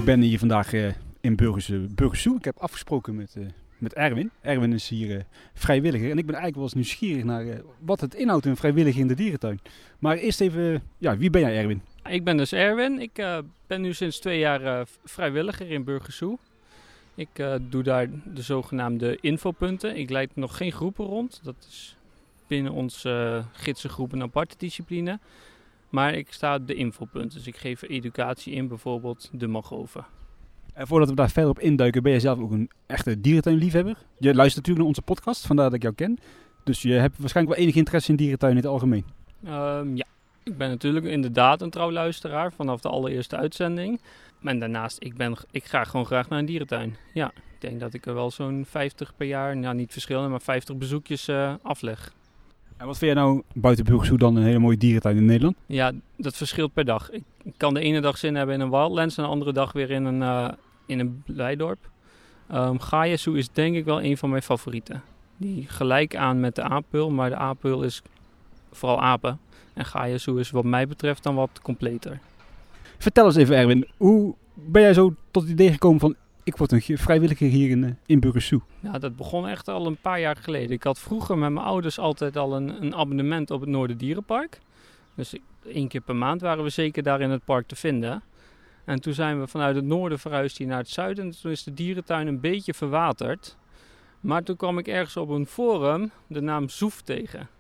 ben hier vandaag in Burgersoe. Ik heb afgesproken met Erwin. Erwin is hier vrijwilliger en ik ben eigenlijk wel eens nieuwsgierig naar wat het inhoudt een vrijwilliger in de dierentuin. Maar eerst even, wie ben jij, Erwin? Ik ben dus Erwin. Ik ben nu sinds 2 jaar vrijwilliger in Burgersoe. Ik doe daar de zogenaamde infopunten. Ik leid nog geen groepen rond. Dat is binnen onze gidsengroep een aparte discipline. Maar ik sta op de infopunten. Dus ik geef educatie in bijvoorbeeld de Magoven. En voordat we daar verder op induiken, ben jij zelf ook een echte dierentuinliefhebber? Je luistert natuurlijk naar onze podcast, vandaar dat ik jou ken. Dus je hebt waarschijnlijk wel enig interesse in dierentuin in het algemeen. Ja, ik ben natuurlijk inderdaad een trouw luisteraar vanaf de allereerste uitzending. En daarnaast, ik ga gewoon graag naar een dierentuin. Ja, ik denk dat ik er wel zo'n 50 per jaar, nou niet verschillende, maar 50 bezoekjes afleg. En wat vind jij nou buiten Burgersoe dan een hele mooie dierentuin in Nederland? Ja, dat verschilt per dag. Ik kan de ene dag zin hebben in een Wildlands en de andere dag weer in een Blijdorp. Gaiasoe is denk ik wel een van mijn favorieten. Die gelijk aan met de Apenheul, maar de Apenheul is vooral apen. En Gaiasoe is wat mij betreft dan wat completer. Vertel eens even, Erwin, hoe ben jij zo tot het idee gekomen van ik word een vrijwilliger hier in Burgersoe? Ja, dat begon echt al een paar jaar geleden. Ik had vroeger met mijn ouders altijd al een abonnement op het Noorderdierenpark. Dus 1 keer per maand waren we zeker daar in het park te vinden. En toen zijn we vanuit het noorden verhuisd hier naar het zuiden. En toen is de dierentuin een beetje verwaterd. Maar toen kwam ik ergens op een forum de naam Zoef tegen.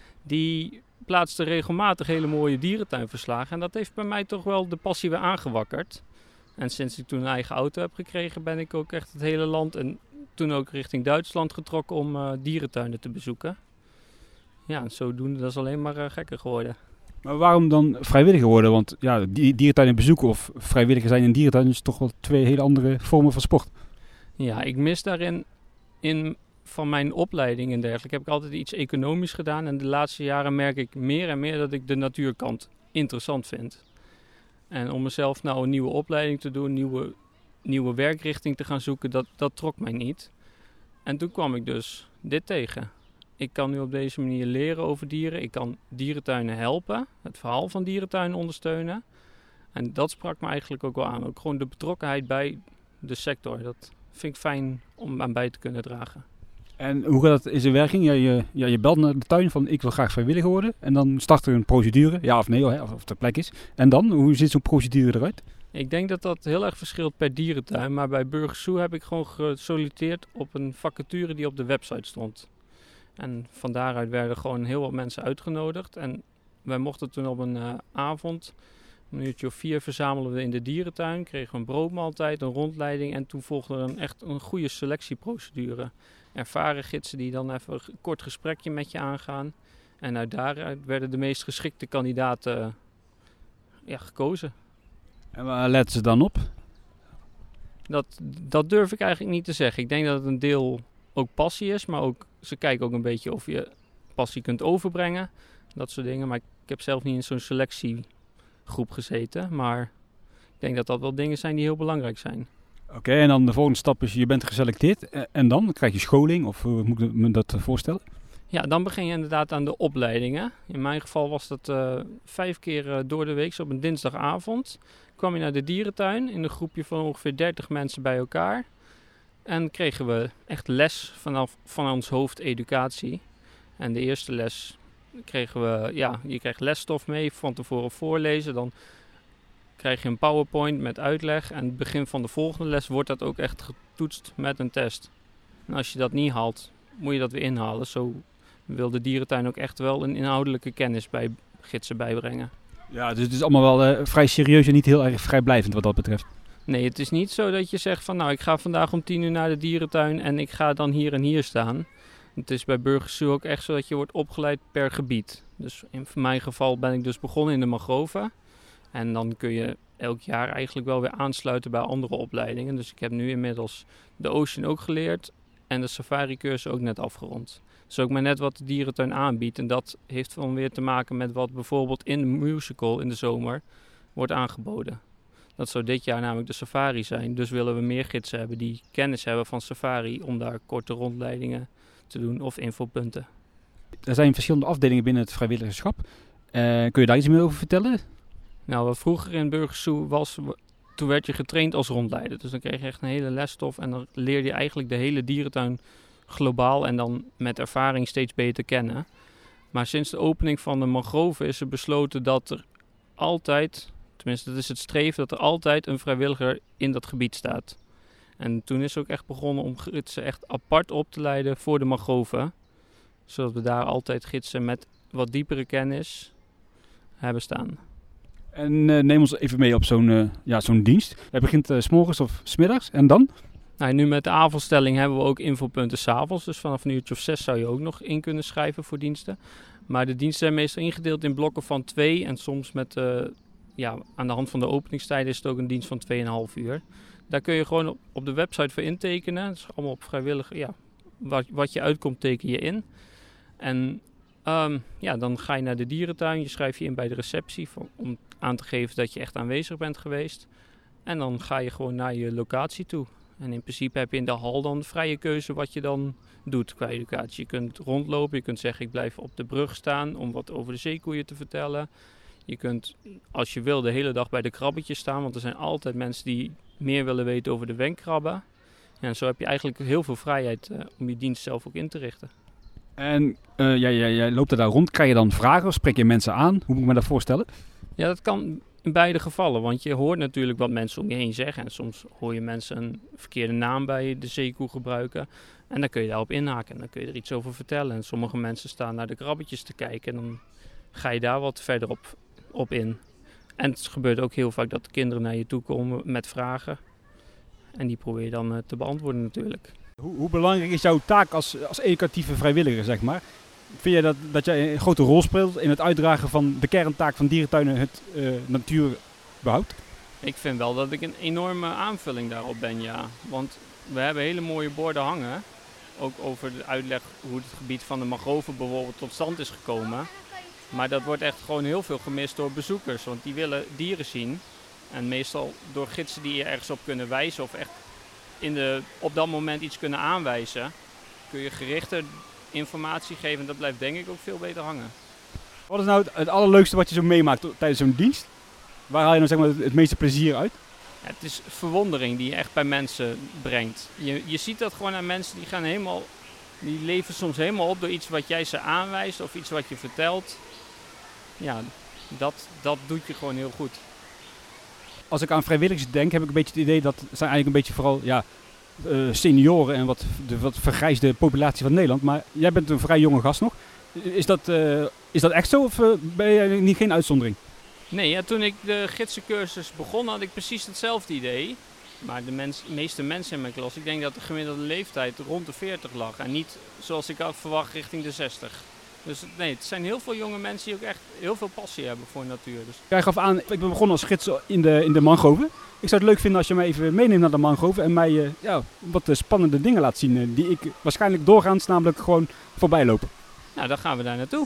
Die plaatste regelmatig hele mooie dierentuinverslagen. En dat heeft bij mij toch wel de passie weer aangewakkerd. En sinds ik toen een eigen auto heb gekregen, ben ik ook echt het hele land en toen ook richting Duitsland getrokken om dierentuinen te bezoeken. Ja, en zodoende, dat is alleen maar gekker geworden. Maar waarom dan vrijwilliger worden? Want ja, dierentuinen bezoeken of vrijwilliger zijn in dierentuin is toch wel 2 hele andere vormen van sport. Ja, ik mis daarin van mijn opleiding en dergelijke heb ik altijd iets economisch gedaan. En de laatste jaren merk ik meer en meer dat ik de natuurkant interessant vind. En om mezelf nou een nieuwe opleiding te doen, nieuwe werkrichting te gaan zoeken, dat trok mij niet. En toen kwam ik dus dit tegen. Ik kan nu op deze manier leren over dieren. Ik kan dierentuinen helpen, het verhaal van dierentuinen ondersteunen. En dat sprak me eigenlijk ook wel aan. Ook gewoon de betrokkenheid bij de sector. Dat vind ik fijn om aan bij te kunnen dragen. En hoe gaat dat in zijn werking? Je belt naar de tuin van ik wil graag vrijwilliger worden. En dan start er een procedure, ja of nee, of ter plek is. En dan, hoe ziet zo'n procedure eruit? Ik denk dat dat heel erg verschilt per dierentuin. Maar bij Burgersoe heb ik gewoon gesolliciteerd op een vacature die op de website stond. En van daaruit werden gewoon heel wat mensen uitgenodigd. En wij mochten toen op een avond, een uurtje of 4, verzamelen we in de dierentuin. Kregen we een broodmaaltijd, een rondleiding en toen volgde er echt een goede selectieprocedure. Ervaren gidsen die dan even een kort gesprekje met je aangaan. En uit daaruit werden de meest geschikte kandidaten gekozen. En waar letten ze dan op? Dat durf ik eigenlijk niet te zeggen. Ik denk dat het een deel ook passie is, maar ook, ze kijken ook een beetje of je passie kunt overbrengen. Dat soort dingen. Maar ik heb zelf niet in zo'n selectiegroep gezeten. Maar ik denk dat dat wel dingen zijn die heel belangrijk zijn. Oké, en dan de volgende stap is je bent geselecteerd. En dan krijg je scholing of hoe moet ik me dat voorstellen? Ja, dan begin je inderdaad aan de opleidingen. In mijn geval was dat 5 keer door de week, op een dinsdagavond. Kwam je naar de dierentuin in een groepje van ongeveer 30 mensen bij elkaar. En kregen we echt les van ons hoofd educatie. En de eerste les kregen we, je krijgt lesstof mee, van tevoren voorlezen. Dan krijg je een PowerPoint met uitleg. En het begin van de volgende les wordt dat ook echt getoetst met een test. En als je dat niet haalt, moet je dat weer inhalen. Zo wil de dierentuin ook echt wel een inhoudelijke kennis bij gidsen bijbrengen. Ja, dus het is allemaal wel vrij serieus en niet heel erg vrijblijvend wat dat betreft. Nee, het is niet zo dat je zegt van nou, ik ga vandaag om 10 uur naar de dierentuin en ik ga dan hier en hier staan. Het is bij Burgersoe ook echt zo dat je wordt opgeleid per gebied. Dus in mijn geval ben ik dus begonnen in de Magoven. En dan kun je elk jaar eigenlijk wel weer aansluiten bij andere opleidingen. Dus ik heb nu inmiddels de Ocean ook geleerd en de safari-cursus ook net afgerond. Dus ook maar net wat de dierentuin aanbiedt. En dat heeft dan weer te maken met wat bijvoorbeeld in de musical in de zomer wordt aangeboden. Dat zou dit jaar namelijk de safari zijn. Dus willen we meer gidsen hebben die kennis hebben van safari om daar korte rondleidingen te doen of infopunten. Er zijn verschillende afdelingen binnen het vrijwilligerschap. Kun je daar iets meer over vertellen? Nou, wat vroeger in Burgersoe was, toen werd je getraind als rondleider. Dus dan kreeg je echt een hele lesstof en dan leerde je eigenlijk de hele dierentuin globaal en dan met ervaring steeds beter kennen. Maar sinds de opening van de mangroven is er besloten dat er altijd, tenminste dat is het streven, dat er altijd een vrijwilliger in dat gebied staat. En toen is ook echt begonnen om gidsen echt apart op te leiden voor de mangroven. Zodat we daar altijd gidsen met wat diepere kennis hebben staan. En neem ons even mee op zo'n dienst. Hij begint 's morgens of 's middags en dan? Nou, nu met de avondstelling hebben we ook infopunten 's avonds. Dus vanaf een uurtje of 6 zou je ook nog in kunnen schrijven voor diensten. Maar de diensten zijn meestal ingedeeld in blokken van 2. En soms met, aan de hand van de openingstijden is het ook een dienst van 2,5 uur. Daar kun je gewoon op de website voor intekenen. Dat is allemaal op vrijwillig. Ja, wat je uitkomt teken je in. En dan ga je naar de dierentuin. Je schrijft je in bij de receptie om aan te geven dat je echt aanwezig bent geweest. En dan ga je gewoon naar je locatie toe. En in principe heb je in de hal dan vrije keuze wat je dan doet qua educatie. Je kunt rondlopen, je kunt zeggen ik blijf op de brug staan om wat over de zeekoeien te vertellen. Je kunt, als je wil, de hele dag bij de krabbetjes staan. Want er zijn altijd mensen die meer willen weten over de wenkkrabben. Ja, en zo heb je eigenlijk heel veel vrijheid om je dienst zelf ook in te richten. En jij loopt er daar rond. Krijg je dan vragen of spreek je mensen aan? Hoe moet ik me dat voorstellen? Ja, dat kan in beide gevallen. Want je hoort natuurlijk wat mensen om je heen zeggen. En soms hoor je mensen een verkeerde naam bij de zeekoe gebruiken. En dan kun je daarop inhaken. En dan kun je er iets over vertellen. En sommige mensen staan naar de krabbetjes te kijken. En dan ga je daar wat verder op in. En het gebeurt ook heel vaak dat de kinderen naar je toe komen met vragen. En die probeer je dan te beantwoorden natuurlijk. Hoe belangrijk is jouw taak als educatieve vrijwilliger, zeg maar? Vind jij dat jij een grote rol speelt in het uitdragen van de kerntaak van dierentuinen, het natuurbehoud? Ik vind wel dat ik een enorme aanvulling daarop ben, ja. Want we hebben hele mooie borden hangen. Ook over de uitleg hoe het gebied van de mangroven bijvoorbeeld tot stand is gekomen. Maar dat wordt echt gewoon heel veel gemist door bezoekers. Want die willen dieren zien. En meestal door gidsen die je ergens op kunnen wijzen of echt op dat moment iets kunnen aanwijzen, kun je gerichter informatie geven en dat blijft denk ik ook veel beter hangen. Wat is nou het allerleukste wat je zo meemaakt tijdens zo'n dienst? Waar haal je nou zeg maar het meeste plezier uit? Ja, het is verwondering die je echt bij mensen brengt. Je ziet dat gewoon aan mensen die leven soms helemaal op door iets wat jij ze aanwijst of iets wat je vertelt. Ja, dat doet je gewoon heel goed. Als ik aan vrijwilligers denk, heb ik een beetje het idee dat het zijn eigenlijk een beetje vooral senioren en wat vergrijsde populatie van Nederland. Maar jij bent een vrij jonge gast nog. Is dat echt zo of ben jij geen uitzondering? Nee, ja, toen ik de gidsencursus begon had ik precies hetzelfde idee. Maar de meeste mensen in mijn klas, ik denk dat de gemiddelde leeftijd rond de 40 lag. En niet zoals ik had verwacht richting de 60. Dus nee, het zijn heel veel jonge mensen die ook echt heel veel passie hebben voor natuur. Dus. Jij gaf aan, ik ben begonnen als gids in de mangroven. Ik zou het leuk vinden als je mij even meeneemt naar de mangroven en mij wat spannende dingen laat zien die ik waarschijnlijk doorgaans namelijk gewoon voorbij loop. Nou, dan gaan we daar naartoe.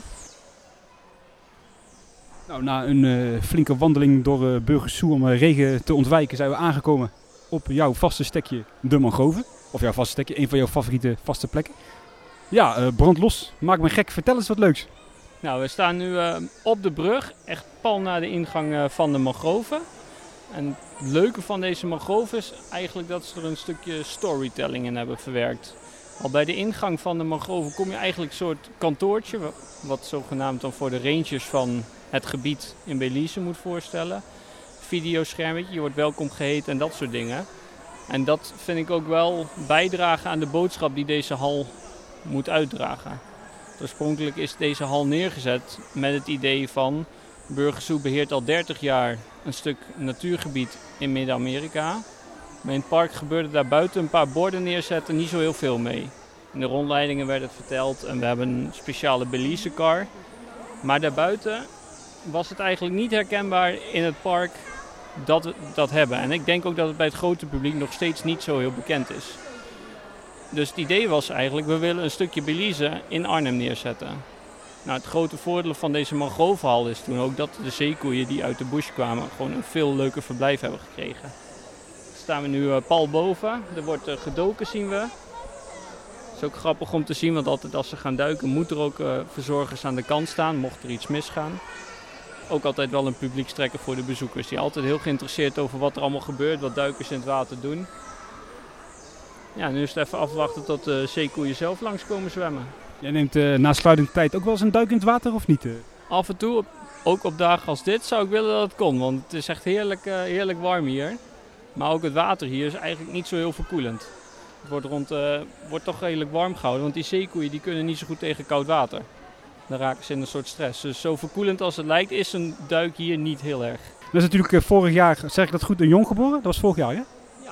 Nou, na een flinke wandeling door Burgersoe om regen te ontwijken zijn we aangekomen op jouw vaste stekje, de mangroven. Of jouw vaste stekje, een van jouw favoriete vaste plekken. Ja, brand los. Maak me gek. Vertel eens wat leuks. Nou, we staan nu op de brug, echt pal naar de ingang van de mangroven. En het leuke van deze mangroven is eigenlijk dat ze er een stukje storytelling in hebben verwerkt. Al bij de ingang van de mangroven kom je eigenlijk een soort kantoortje, wat zogenaamd dan voor de rangers van het gebied in Belize moet voorstellen. Videoschermetje, je wordt welkom geheten en dat soort dingen. En dat vind ik ook wel bijdragen aan de boodschap die deze hal moet uitdragen. Oorspronkelijk is deze hal neergezet met het idee van Burgersoe beheert al 30 jaar een stuk natuurgebied in Midden-Amerika. Maar in het park gebeurde daar buiten een paar borden neerzetten niet zo heel veel mee. In de rondleidingen werd het verteld en we hebben een speciale Belize car. Maar daarbuiten was het eigenlijk niet herkenbaar in het park dat we dat hebben. En ik denk ook dat het bij het grote publiek nog steeds niet zo heel bekend is. Dus het idee was eigenlijk, we willen een stukje Belize in Arnhem neerzetten. Nou, het grote voordeel van deze mangrovenhal is toen ook dat de zeekoeien die uit de bush kwamen gewoon een veel leuker verblijf hebben gekregen. Daar staan we nu pal boven, er wordt gedoken zien we. Het is ook grappig om te zien, want altijd als ze gaan duiken moeten er ook verzorgers aan de kant staan, mocht er iets misgaan. ook altijd wel een publiekstrekker voor de bezoekers. Die altijd heel geïnteresseerd over wat er allemaal gebeurt, wat duikers in het water doen. Ja, nu is het even afwachten tot de zeekoeien zelf langskomen zwemmen. Jij neemt na sluitingstijd ook wel eens een duik in het water of niet? Af en toe, ook op dagen als dit, zou ik willen dat het kon. Want het is echt heerlijk warm hier. Maar ook het water hier is eigenlijk niet zo heel verkoelend. Het wordt toch redelijk warm gehouden, want die zeekoeien die kunnen niet zo goed tegen koud water. Dan raken ze in een soort stress. Dus zo verkoelend als het lijkt is een duik hier niet heel erg. Dat is natuurlijk vorig jaar, zeg ik dat goed, een jong geboren? Dat was vorig jaar, hè?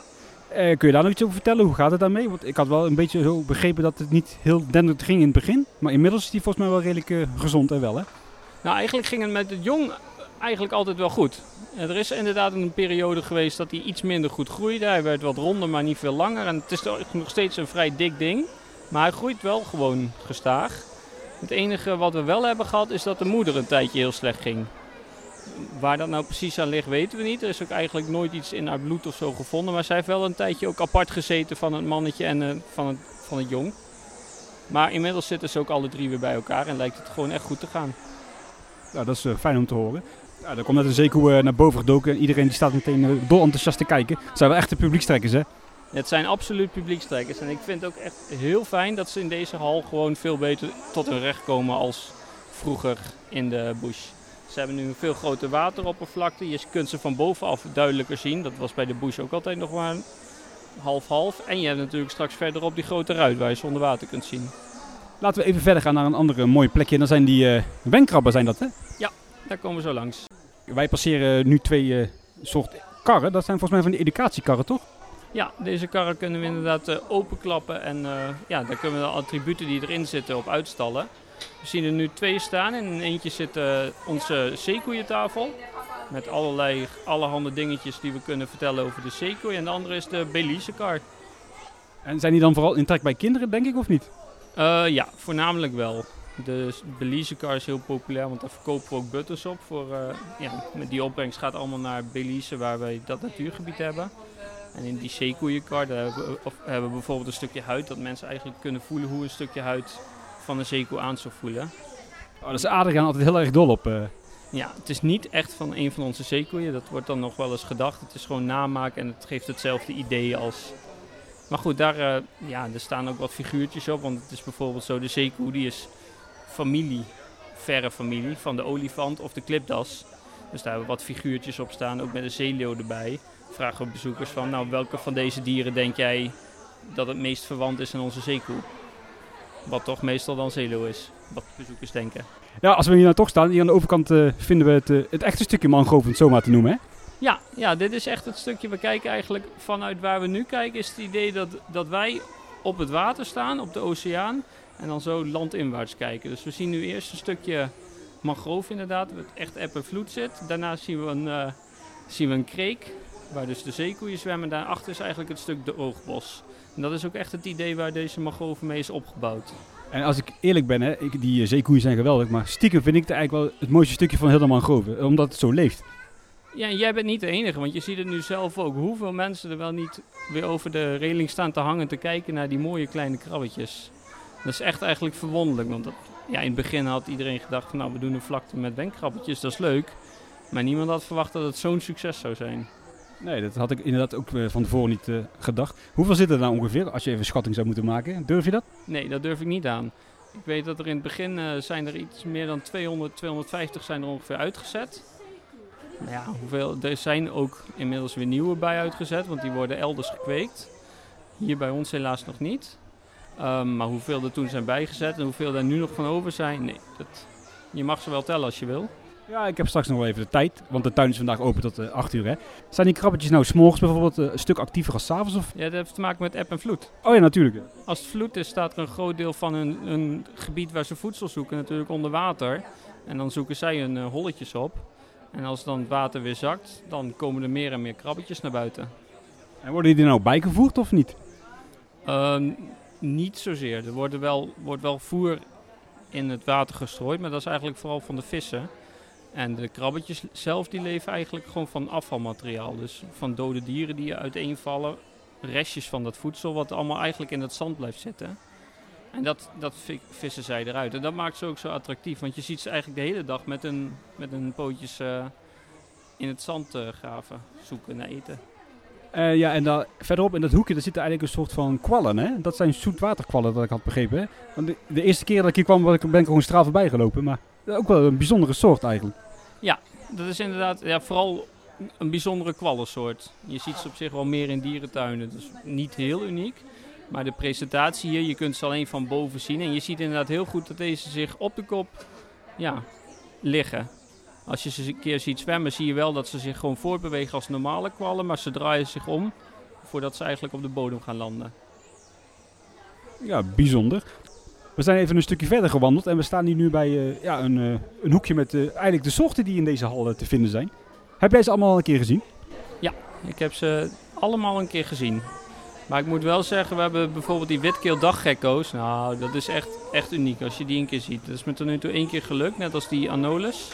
Ja. Kun je daar nog iets over vertellen? Hoe gaat het daarmee? Want ik had wel een beetje zo begrepen dat het niet heel denderend ging in het begin. Maar inmiddels is die volgens mij wel redelijk gezond en wel, hè? Nou, eigenlijk ging het met het jong eigenlijk altijd wel goed. Er is inderdaad een periode geweest dat hij iets minder goed groeide. Hij werd wat ronder, maar niet veel langer. En het is nog steeds een vrij dik ding. Maar hij groeit wel gewoon gestaag. Het enige wat we wel hebben gehad is dat de moeder een tijdje heel slecht ging. Waar dat nou precies aan ligt weten we niet. Er is ook eigenlijk nooit iets in haar bloed of zo gevonden. Maar zij heeft wel een tijdje ook apart gezeten van het mannetje en van het jong. Maar inmiddels zitten ze ook alle drie weer bij elkaar en lijkt het gewoon echt goed te gaan. Nou, dat is fijn om te horen. Ja, er komt net een zeekoe naar boven gedoken en iedereen die staat meteen dol enthousiast te kijken. Het zijn wel echte publiekstrekkers, hè? Het zijn absoluut publiekstrekkers en ik vind het ook echt heel fijn dat ze in deze hal gewoon veel beter tot hun recht komen als vroeger in de bush. Ze hebben nu een veel groter wateroppervlakte. Je kunt ze van bovenaf duidelijker zien. Dat was bij de bush ook altijd nog maar half-half. En je hebt natuurlijk straks verderop die grote ruit waar je ze onder water kunt zien. Laten we even verder gaan naar een andere mooi plekje. En dan zijn die wenkkrabben, zijn dat, hè? Ja, daar komen we zo langs. Wij passeren nu twee soort karren. Dat zijn volgens mij van die educatiekarren, toch? Ja, deze karren kunnen we inderdaad openklappen en daar kunnen we de attributen die erin zitten op uitstallen. We zien er nu twee staan en in eentje zit onze zeekoeientafel met allerhande dingetjes die we kunnen vertellen over de zeekoei. En de andere is de Belize-kar. En zijn die dan vooral in trek bij kinderen, denk ik, of niet? Ja, voornamelijk wel. De Belize-kar is heel populair, want daar verkopen we ook butters op. Met die opbrengst gaat allemaal naar Belize, waar wij dat natuurgebied hebben. En in die zeekoeienkar hebben we bijvoorbeeld een stukje huid, dat mensen eigenlijk kunnen voelen hoe een stukje huid van een zeekoe aan zou voelen. Oh, dat is Adriaan altijd heel erg dol op. Ja, het is niet echt van een van onze zeekoeien, dat wordt dan nog wel eens gedacht. Het is gewoon namaken en het geeft hetzelfde idee als... Maar goed, er staan ook wat figuurtjes op, want het is bijvoorbeeld zo, de zeekoe die is verre familie van de olifant of de klipdas. Dus daar hebben we wat figuurtjes op staan, ook met een zeeleeuw erbij. Vragen we bezoekers van, nou, welke van deze dieren denk jij dat het meest verwant is aan onze zeekoe? Wat toch meestal dan zeeleeuw is, wat bezoekers denken. Ja, als we hier nou toch staan, hier aan de overkant vinden we het echte stukje mangrove, om het zo maar te noemen, hè? Ja, dit is echt het stukje, we kijken eigenlijk vanuit waar we nu kijken, is het idee dat wij op het water staan, op de oceaan, en dan zo landinwaarts kijken. Dus we zien nu eerst een stukje mangrove inderdaad, waar het echt eb en vloed zit. Daarna zien we een kreek, waar dus de zeekoeien zwemmen. Daarachter is eigenlijk het stuk de oogbos. En dat is ook echt het idee waar deze mangrove mee is opgebouwd. En als ik eerlijk ben, hè, die zeekoeien zijn geweldig, maar stiekem vind ik het eigenlijk wel het mooiste stukje van heel de mangrove, omdat het zo leeft. Ja, jij bent niet de enige, want je ziet het nu zelf ook. Hoeveel mensen er wel niet weer over de reling staan te hangen te kijken naar die mooie kleine krabbetjes. Dat is echt eigenlijk verwonderlijk, want in het begin had iedereen gedacht van nou, we doen een vlakte met wenkkrabbetjes, dat is leuk. Maar niemand had verwacht dat het zo'n succes zou zijn. Nee, dat had ik inderdaad ook van tevoren niet gedacht. Hoeveel zitten er nou ongeveer, als je even een schatting zou moeten maken? Durf je dat? Nee, dat durf ik niet aan. Ik weet dat er in het begin zijn er iets meer dan 200, 250 zijn er ongeveer uitgezet. Maar ja, er zijn ook inmiddels weer nieuwe bij uitgezet, want die worden elders gekweekt. Hier bij ons helaas nog niet. Maar hoeveel er toen zijn bijgezet en hoeveel er nu nog van over zijn, nee. Je mag ze wel tellen als je wil. Ja, ik heb straks nog wel even de tijd, want de tuin is vandaag open tot 8 uur. Hè. Zijn die krabbetjes nou 's morgens bijvoorbeeld een stuk actiever als 's avonds? Of? Ja, dat heeft te maken met eb en vloed. Oh ja, natuurlijk. Als het vloed is, staat er een groot deel van een gebied waar ze voedsel zoeken natuurlijk onder water. En dan zoeken zij hun holletjes op. En als dan het water weer zakt, dan komen er meer en meer krabbetjes naar buiten. En worden die nou bijgevoerd of niet? Niet zozeer. Er wordt wel voer in het water gestrooid, maar dat is eigenlijk vooral van de vissen. En de krabbetjes zelf die leven eigenlijk gewoon van afvalmateriaal. Dus van dode dieren die uiteenvallen, restjes van dat voedsel wat allemaal eigenlijk in het zand blijft zitten. En dat vissen zij eruit. En dat maakt ze ook zo attractief. Want je ziet ze eigenlijk de hele dag met hun pootjes in het zand graven, zoeken naar eten. Ja, en daar verderop in dat hoekje daar zitten eigenlijk een soort van kwallen. Hè? Dat zijn zoetwaterkwallen, dat ik had begrepen. Hè? Want de eerste keer dat ik hier kwam, ben ik gewoon straal voorbij gelopen. Maar ook wel een bijzondere soort eigenlijk. Ja, dat is inderdaad vooral een bijzondere kwallensoort. Je ziet ze op zich wel meer in dierentuinen. Dus niet heel uniek. Maar de presentatie hier, je kunt ze alleen van boven zien. En je ziet inderdaad heel goed dat deze zich op de kop liggen. Als je ze een keer ziet zwemmen, zie je wel dat ze zich gewoon voortbewegen als normale kwallen. Maar ze draaien zich om voordat ze eigenlijk op de bodem gaan landen. Ja, bijzonder. We zijn even een stukje verder gewandeld en we staan hier nu bij een hoekje met eigenlijk de soorten die in deze hal te vinden zijn. Heb jij ze allemaal al een keer gezien? Ja, ik heb ze allemaal een keer gezien. Maar ik moet wel zeggen, we hebben bijvoorbeeld die witkeel daggekko's. Nou, dat is echt uniek als je die een keer ziet. Dat is me tot nu toe 1 keer gelukt, net als die anoles.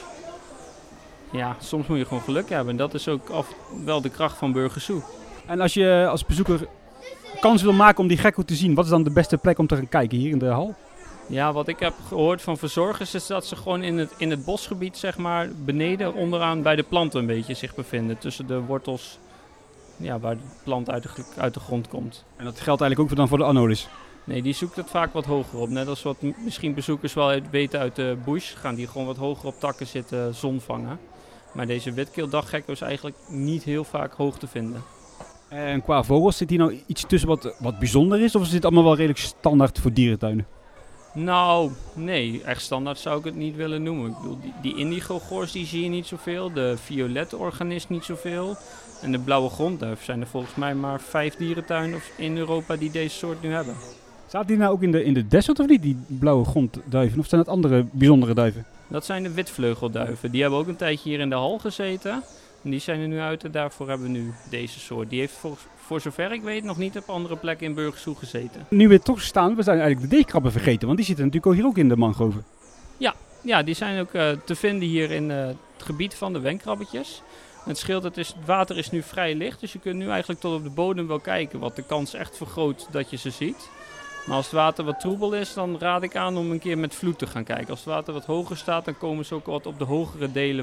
Ja, soms moet je gewoon geluk hebben. En dat is ook wel de kracht van Burgersoe. En als je als bezoeker kans wil maken om die gekko te zien, wat is dan de beste plek om te gaan kijken hier in de hal? Ja, wat ik heb gehoord van verzorgers is dat ze gewoon in het bosgebied, zeg maar, beneden onderaan bij de planten een beetje zich bevinden. Tussen de wortels, ja, waar de plant uit de grond komt. En dat geldt eigenlijk ook dan voor de anolis? Nee, die zoekt het vaak wat hoger op. Net als wat misschien bezoekers wel weten uit de bush, gaan die gewoon wat hoger op takken zitten zon vangen. Maar deze witkeel daggekko is eigenlijk niet heel vaak hoog te vinden. En qua vogels, zit hier nou iets tussen wat bijzonder is? Of is dit allemaal wel redelijk standaard voor dierentuinen? Nou, nee, echt standaard zou ik het niet willen noemen. Ik bedoel, die indigo-gors die zie je niet zoveel, de violette organist niet zoveel. En de blauwe grondduif zijn er volgens mij maar 5 dierentuinen in Europa die deze soort nu hebben. Zaten die nou ook in de desert of niet, die blauwe grondduiven? Of zijn het andere bijzondere duiven? Dat zijn de witvleugelduiven. Die hebben ook een tijdje hier in de hal gezeten. En die zijn er nu uit en daarvoor hebben we nu deze soort. Die heeft voor zover ik weet nog niet op andere plekken in Burgersoe gezeten. Nu weer toch staan, we zijn eigenlijk de deegkrabben vergeten, want die zitten natuurlijk ook hier ook in de mangroven. Ja, die zijn ook te vinden hier in het gebied van de wenkrabbetjes. Het scheelt, het water is nu vrij licht, dus je kunt nu eigenlijk tot op de bodem wel kijken, wat de kans echt vergroot dat je ze ziet. Maar als het water wat troebel is, dan raad ik aan om een keer met vloed te gaan kijken. Als het water wat hoger staat, dan komen ze ook wat op de hogere delen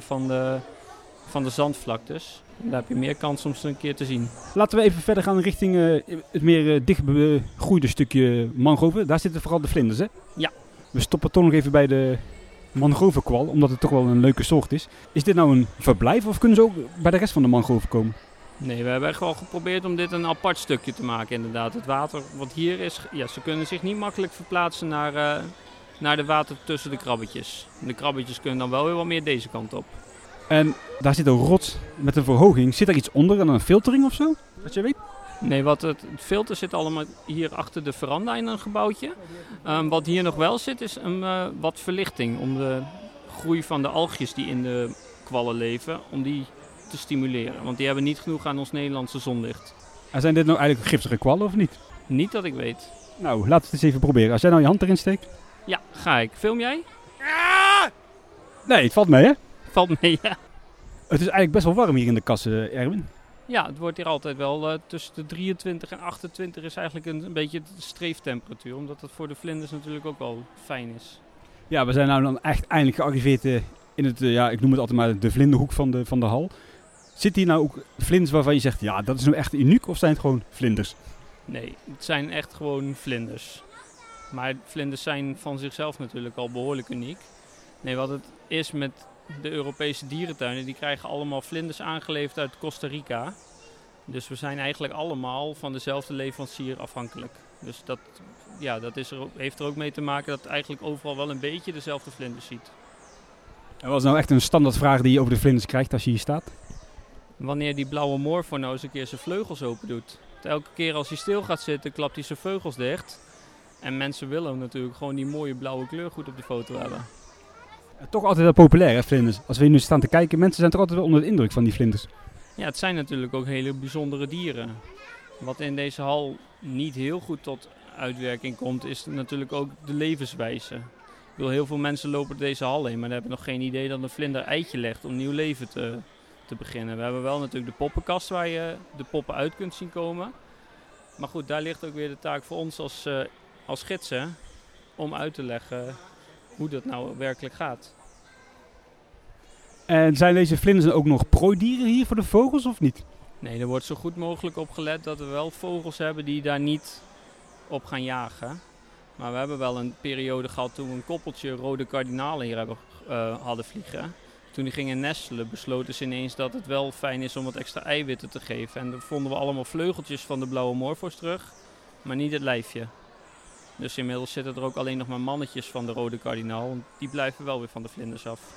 van de zandvlaktes. En daar heb je meer kans om ze een keer te zien. Laten we even verder gaan richting het meer dicht begroeide stukje mangroven. Daar zitten vooral de vlinders, hè? Ja. We stoppen toch nog even bij de mangrovenkwal, omdat het toch wel een leuke soort is. Is dit nou een verblijf of kunnen ze ook bij de rest van de mangroven komen? Nee, we hebben echt wel geprobeerd om dit een apart stukje te maken inderdaad. Het water wat hier is, ja, ze kunnen zich niet makkelijk verplaatsen naar de water tussen de krabbetjes. De krabbetjes kunnen dan wel weer wat meer deze kant op. En daar zit een rots met een verhoging. Zit er iets onder en een filtering of zo? Wat je weet? Nee, het filter zit allemaal hier achter de veranda in een gebouwtje. Wat hier nog wel zit is wat verlichting om de groei van de algjes die in de kwallen leven, om die te stimuleren. Want die hebben niet genoeg aan ons Nederlandse zonlicht. En zijn dit nou eigenlijk giftige kwallen of niet? Niet dat ik weet. Nou, laten we het eens even proberen. Als jij nou je hand erin steekt. Ja, ga ik. Film jij? Nee, het valt mee, hè? Valt mee, ja. Het is eigenlijk best wel warm hier in de kassen, Erwin. Ja, het wordt hier altijd wel tussen de 23 en 28 is eigenlijk een beetje de streeftemperatuur. Omdat dat voor de vlinders natuurlijk ook wel fijn is. Ja, we zijn nou dan echt eindelijk gearriveerd in het, ik noem het altijd maar de vlinderhoek van de hal. Zit hier nou ook vlinders waarvan je zegt, ja, dat is nou echt uniek of zijn het gewoon vlinders? Nee, het zijn echt gewoon vlinders. Maar vlinders zijn van zichzelf natuurlijk al behoorlijk uniek. Nee, wat het is met de Europese dierentuinen, die krijgen allemaal vlinders aangeleverd uit Costa Rica. Dus we zijn eigenlijk allemaal van dezelfde leverancier afhankelijk. Dus dat heeft er ook mee te maken dat eigenlijk overal wel een beetje dezelfde vlinders ziet. En wat is nou echt een standaardvraag die je over de vlinders krijgt als je hier staat? Wanneer die blauwe moorfor nou eens een keer zijn vleugels open doet. Elke keer als hij stil gaat zitten, klapt hij zijn vleugels dicht. En mensen willen natuurlijk gewoon die mooie blauwe kleur goed op de foto hebben. Toch altijd wel populair, hè, vlinders. Als we hier nu staan te kijken, mensen zijn toch altijd wel onder de indruk van die vlinders. Ja, het zijn natuurlijk ook hele bijzondere dieren. Wat in deze hal niet heel goed tot uitwerking komt, is natuurlijk ook de levenswijze. Ik bedoel, heel veel mensen lopen deze hal heen, maar hebben nog geen idee dat een vlinder eitje legt om nieuw leven te beginnen. We hebben wel natuurlijk de poppenkast waar je de poppen uit kunt zien komen. Maar goed, daar ligt ook weer de taak voor ons als gidsen. om uit te leggen hoe dat nou werkelijk gaat. En zijn deze vlinders dan ook nog prooidieren hier voor de vogels of niet? Nee, er wordt zo goed mogelijk op gelet dat we wel vogels hebben die daar niet op gaan jagen. Maar we hebben wel een periode gehad toen we een koppeltje rode kardinalen hier hadden vliegen. Toen die gingen nestelen, besloten ze ineens dat het wel fijn is om wat extra eiwitten te geven. En dan vonden we allemaal vleugeltjes van de blauwe morfo's terug, maar niet het lijfje. Dus inmiddels zitten er ook alleen nog maar mannetjes van de rode kardinaal. Want die blijven wel weer van de vlinders af.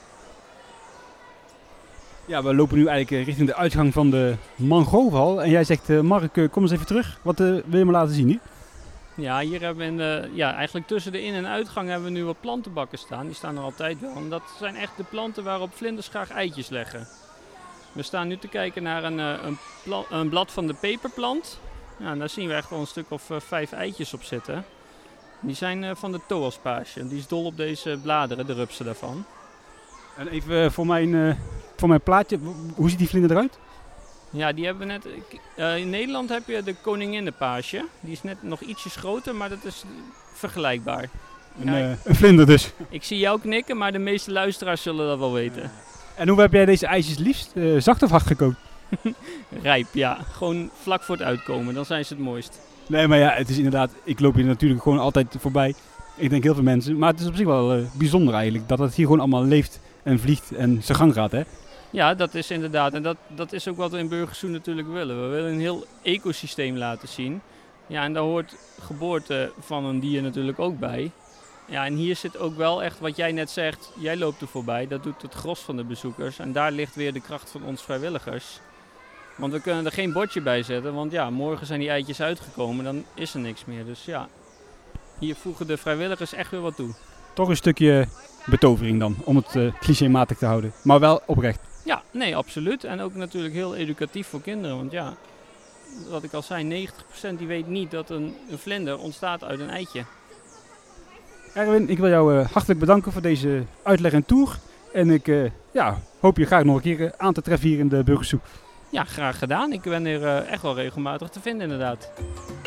Ja, we lopen nu eigenlijk richting de uitgang van de mangrovenhal. En jij zegt, Mark, kom eens even terug. Wat wil je me laten zien hier? Ja, hier hebben we eigenlijk tussen de in- en uitgang hebben we nu wat plantenbakken staan. Die staan er altijd wel. En dat zijn echt de planten waarop vlinders graag eitjes leggen. We staan nu te kijken naar een blad van de peperplant. Ja, en daar zien we echt wel een stuk of 5 eitjes op zitten. Die zijn van de toaspage. Die is dol op deze bladeren, de rupsen daarvan. En even voor mijn plaatje, hoe ziet die vlinder eruit? Ja, die hebben we net. In Nederland heb je de koninginnenpage. Die is net nog ietsjes groter, maar dat is vergelijkbaar. Een vlinder dus. Ik zie jou knikken, maar de meeste luisteraars zullen dat wel weten. En hoe heb jij deze ijsjes liefst? Zacht of hard gekookt? Rijp, ja. Gewoon vlak voor het uitkomen, dan zijn ze het mooist. Nee, maar ja, het is inderdaad, ik loop hier natuurlijk gewoon altijd voorbij. Ik denk heel veel mensen, maar het is op zich wel bijzonder eigenlijk dat het hier gewoon allemaal leeft en vliegt en zijn gang gaat, hè? Ja, dat is inderdaad. En dat is ook wat we in Burgersoe natuurlijk willen. We willen een heel ecosysteem laten zien. Ja, en daar hoort geboorte van een dier natuurlijk ook bij. Ja, en hier zit ook wel echt wat jij net zegt. Jij loopt er voorbij, dat doet het gros van de bezoekers. En daar ligt weer de kracht van ons vrijwilligers. Want we kunnen er geen bordje bij zetten, want ja, morgen zijn die eitjes uitgekomen, dan is er niks meer. Dus ja, hier voegen de vrijwilligers echt weer wat toe. Toch een stukje betovering dan, om het clichématig te houden. Maar wel oprecht. Ja, nee, absoluut. En ook natuurlijk heel educatief voor kinderen. Want ja, wat ik al zei, 90% die weet niet dat een vlinder ontstaat uit een eitje. Erwin, ik wil jou hartelijk bedanken voor deze uitleg en tour. En ik hoop je graag nog een keer aan te treffen hier in de Burgersoe. Ja, graag gedaan. Ik ben hier echt wel regelmatig te vinden inderdaad.